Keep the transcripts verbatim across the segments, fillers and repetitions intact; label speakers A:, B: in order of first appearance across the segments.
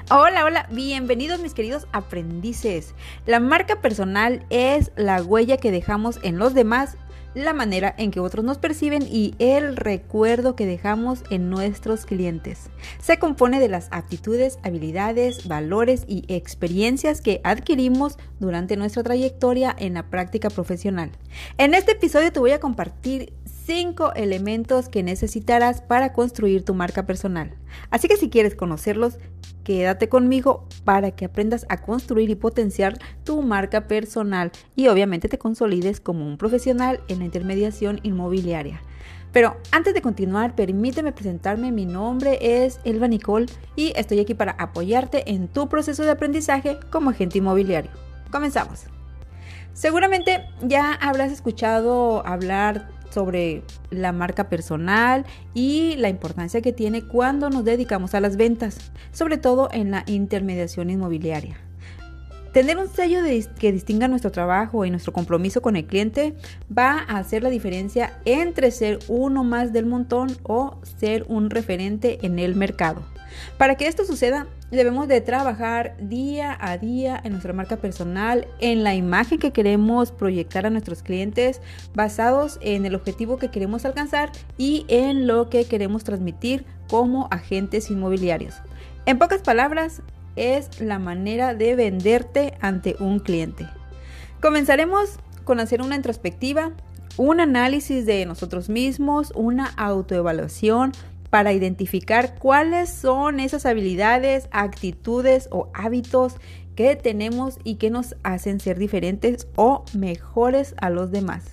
A: Hola, hola, bienvenidos mis queridos aprendices. La marca personal es la huella que dejamos en los demás, la manera en que otros nos perciben y el recuerdo que dejamos en nuestros clientes. Se compone de las aptitudes, habilidades, valores y experiencias que adquirimos durante nuestra trayectoria en la práctica profesional. En este episodio te voy a compartir cinco elementos que necesitarás para construir tu marca personal. Así que si quieres conocerlos, quédate conmigo para que aprendas a construir y potenciar tu marca personal y obviamente te consolides como un profesional en la intermediación inmobiliaria. Pero antes de continuar, permíteme presentarme. Mi nombre es Elba Nicole y estoy aquí para apoyarte en tu proceso de aprendizaje como agente inmobiliario. Comenzamos. Seguramente ya habrás escuchado hablar sobre la marca personal y la importancia que tiene cuando nos dedicamos a las ventas, sobre todo en la intermediación inmobiliaria. Tener un sello de, que distinga nuestro trabajo y nuestro compromiso con el cliente va a hacer la diferencia entre ser uno más del montón o ser un referente en el mercado. Para que esto suceda, debemos de trabajar día a día en nuestra marca personal, en la imagen que queremos proyectar a nuestros clientes, basados en el objetivo que queremos alcanzar y en lo que queremos transmitir como agentes inmobiliarios. En pocas palabras, es la manera de venderte ante un cliente. Comenzaremos con hacer una introspectiva, un análisis de nosotros mismos, una autoevaluación, para identificar cuáles son esas habilidades, actitudes o hábitos que tenemos y que nos hacen ser diferentes o mejores a los demás.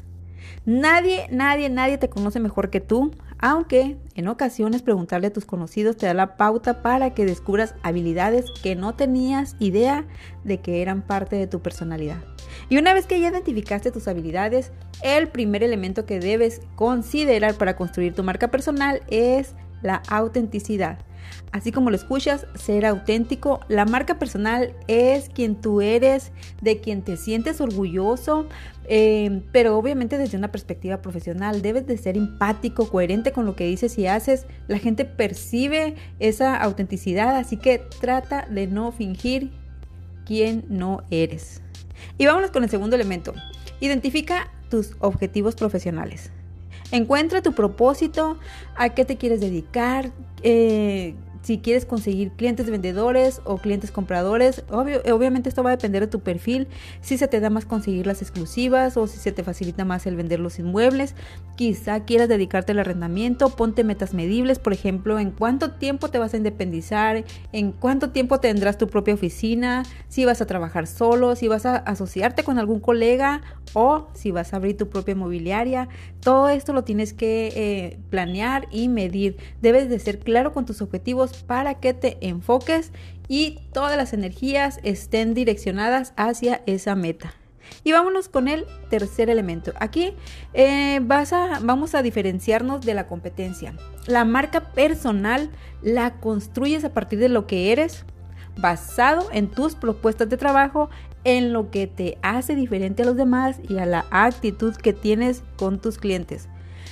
A: Nadie, nadie, nadie te conoce mejor que tú, aunque en ocasiones preguntarle a tus conocidos te da la pauta para que descubras habilidades que no tenías idea de que eran parte de tu personalidad. Y una vez que ya identificaste tus habilidades, el primer elemento que debes considerar para construir tu marca personal es la autenticidad. Así como lo escuchas, ser auténtico. La marca personal es quien tú eres, de quien te sientes orgulloso, eh, pero obviamente desde una perspectiva profesional. Debes de ser empático, coherente con lo que dices y haces. La gente percibe esa autenticidad, así que trata de no fingir quién no eres. Y vámonos con el segundo elemento. Identifica tus objetivos profesionales. Encuentra tu propósito, a qué te quieres dedicar, eh, si quieres conseguir clientes vendedores o clientes compradores. Obvio, obviamente esto va a depender de tu perfil, si se te da más conseguir las exclusivas o si se te facilita más el vender los inmuebles. Quizá quieras dedicarte al arrendamiento, ponte metas medibles, por ejemplo, en cuánto tiempo te vas a independizar, en cuánto tiempo tendrás tu propia oficina, si vas a trabajar solo, si vas a asociarte con algún colega o si vas a abrir tu propia inmobiliaria. Todo esto lo tienes que eh, planear y medir. Debes de ser claro con tus objetivos para que te enfoques y todas las energías estén direccionadas hacia esa meta. Y vámonos con el tercer elemento. Aquí eh, vas a, vamos a diferenciarnos de la competencia. La marca personal la construyes a partir de lo que eres, basado en tus propuestas de trabajo, en lo que te hace diferente a los demás y a la actitud que tienes con tus clientes.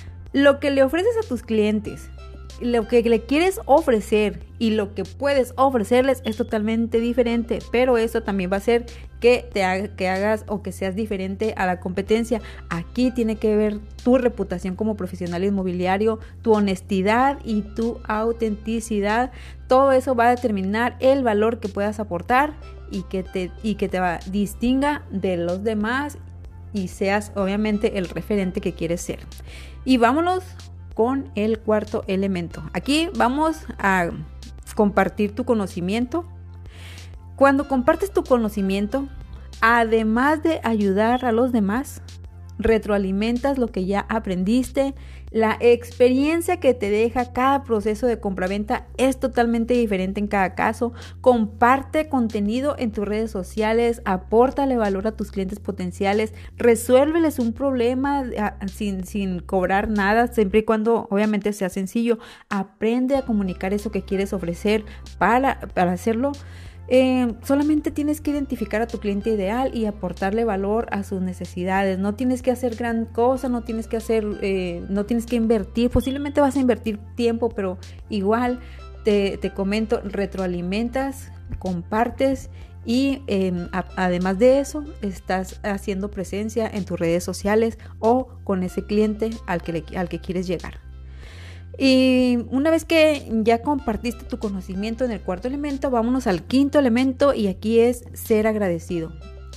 A: Lo que le ofreces a tus clientes, lo que le quieres ofrecer y lo que puedes ofrecerles es totalmente diferente, pero eso también va a hacer que te haga, que hagas o que seas diferente a la competencia. Aquí tiene que ver tu reputación como profesional inmobiliario, tu honestidad y tu autenticidad. Todo eso va a determinar el valor que puedas aportar y que te, y que te va, distinga de los demás y seas obviamente el referente que quieres ser. Y vámonos con el cuarto elemento. Aquí vamos a compartir tu conocimiento. Cuando compartes tu conocimiento, además de ayudar a los demás, retroalimentas lo que ya aprendiste. La experiencia que te deja cada proceso de compraventa es totalmente diferente en cada caso. Comparte contenido en tus redes sociales, apórtale valor a tus clientes potenciales, resuélveles un problema a, sin, sin cobrar nada, siempre y cuando obviamente sea sencillo. Aprende a comunicar eso que quieres ofrecer. Para, para hacerlo, Eh, solamente tienes que identificar a tu cliente ideal y aportarle valor a sus necesidades. No tienes que hacer gran cosa, no tienes que hacer, eh, no tienes que invertir. Posiblemente vas a invertir tiempo, pero igual te, te comento, retroalimentas compartes y eh, a, además de eso estás haciendo presencia en tus redes sociales o con ese cliente al que, le, al que quieres llegar. Y una vez que ya compartiste tu conocimiento en el cuarto elemento, vámonos al quinto elemento, y aquí es ser agradecido.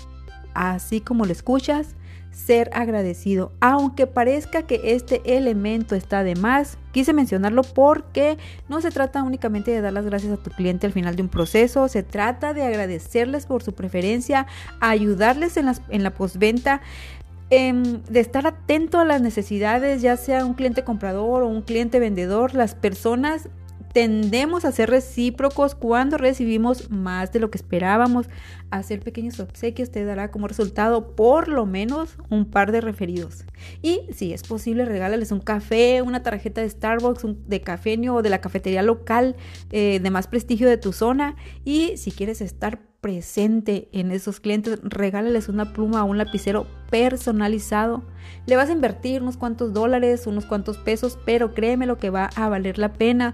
A: Así como lo escuchas, ser agradecido. Aunque parezca que este elemento está de más, quise mencionarlo porque no se trata únicamente de dar las gracias a tu cliente al final de un proceso, se trata de agradecerles por su preferencia, ayudarles en, las, en la postventa, eh, de estar atento a las necesidades, ya sea un cliente comprador o un cliente vendedor. Las personas tendemos a ser recíprocos cuando recibimos más de lo que esperábamos. Hacer pequeños obsequios te dará como resultado por lo menos un par de referidos. Y si es posible, regálales un café, una tarjeta de Starbucks, un, de Cafenio o de la cafetería local eh, de más prestigio de tu zona. Y si quieres estar presente en esos clientes, regálales una pluma o un lapicero personalizado. Le vas a invertir unos cuantos dólares, unos cuantos pesos, pero créeme lo que va a valer la pena.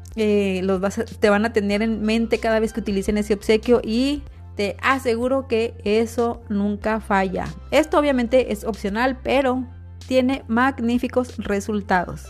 A: Eh, los vas a, te van a tener en mente cada vez que utilicen ese obsequio, y te aseguro que eso nunca falla. Esto obviamente es opcional, pero tiene magníficos resultados.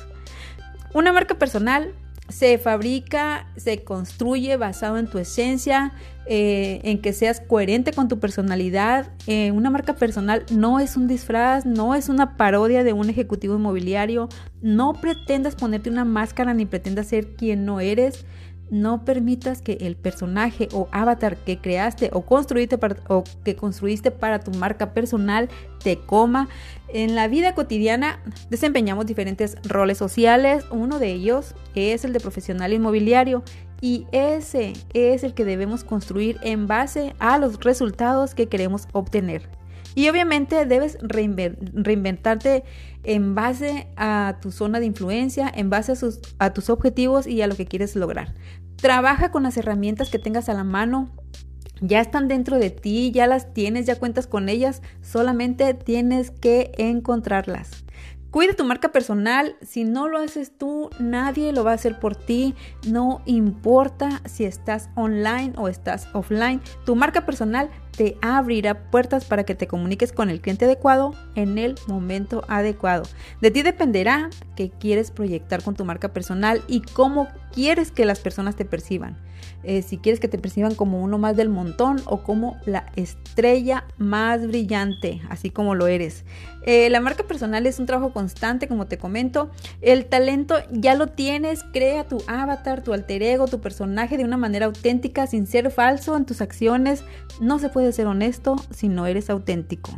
A: Una marca personal se fabrica, se construye basado en tu esencia, eh, en que seas coherente con tu personalidad. Eh, una marca personal no es un disfraz, no es una parodia de un ejecutivo inmobiliario. No pretendas ponerte una máscara ni pretendas ser quien no eres. No permitas que el personaje o avatar que creaste o construiste para, o que construiste para tu marca personal te coma. En la vida cotidiana desempeñamos diferentes roles sociales. Uno de ellos es el de profesional inmobiliario, y ese es el que debemos construir en base a los resultados que queremos obtener. Y obviamente debes reinventarte en base a tu zona de influencia, en base a, sus, a tus objetivos y a lo que quieres lograr. Trabaja con las herramientas que tengas a la mano. Ya están dentro de ti, ya las tienes, ya cuentas con ellas. Solamente tienes que encontrarlas. Cuida tu marca personal. Si no lo haces tú, nadie lo va a hacer por ti. No importa si estás online o estás offline. Tu marca personal te abrirá puertas para que te comuniques con el cliente adecuado en el momento adecuado. De ti dependerá qué quieres proyectar con tu marca personal y cómo quieres que las personas te perciban. Eh, si quieres que te perciban como uno más del montón o como la estrella más brillante, así como lo eres. Eh, la marca personal es un trabajo constante, como te comento. El talento ya lo tienes. Crea tu avatar, tu alter ego, tu personaje de una manera auténtica, sin ser falso en tus acciones. No se puede ser honesto si no eres auténtico.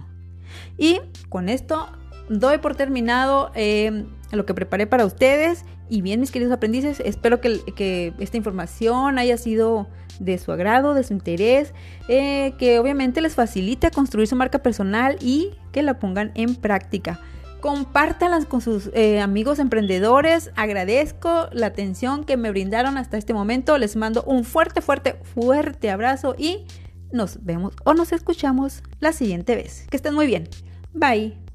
A: Y con esto doy por terminado eh, lo que preparé para ustedes. Y bien, mis queridos aprendices, espero que, que esta información haya sido de su agrado, de su interés, eh, que obviamente les facilite construir su marca personal y que la pongan en práctica. Compártanlas con sus eh, amigos emprendedores. Agradezco la atención que me brindaron hasta este momento. Les mando un fuerte, fuerte, fuerte abrazo y nos vemos o nos escuchamos la siguiente vez. Que estén muy bien. Bye.